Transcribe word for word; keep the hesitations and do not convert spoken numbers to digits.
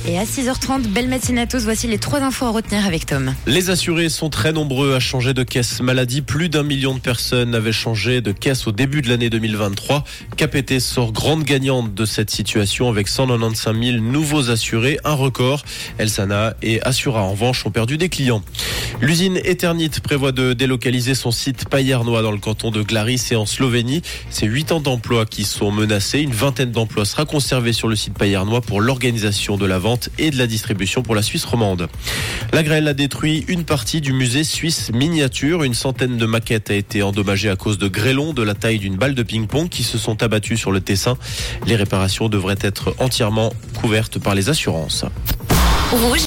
Et à six heures trente, belle matinée à tous. Voici les trois infos à retenir avec Tom. Les assurés sont très nombreux à changer de caisse maladie. Plus d'un million de personnes avaient changé de caisse au début de l'année deux mille vingt-trois. K P T sort grande gagnante de cette situation avec cent quatre-vingt-quinze mille nouveaux assurés, un record. Elsana et Assura en revanche ont perdu des clients. L'usine Eternit prévoit de délocaliser son site payernois dans le canton de Glaris et en Slovénie. C'est huit ans d'emplois qui sont menacés. Une vingtaine d'emplois sera conservée sur le site payernois pour l'organisation de la vente et de la distribution pour la Suisse romande. La grêle a détruit une partie du musée suisse miniature. Une centaine de maquettes a été endommagée à cause de grêlons de la taille d'une balle de ping-pong qui se sont abattus sur le Tessin. Les réparations devraient être entièrement couvertes par les assurances. Rouge.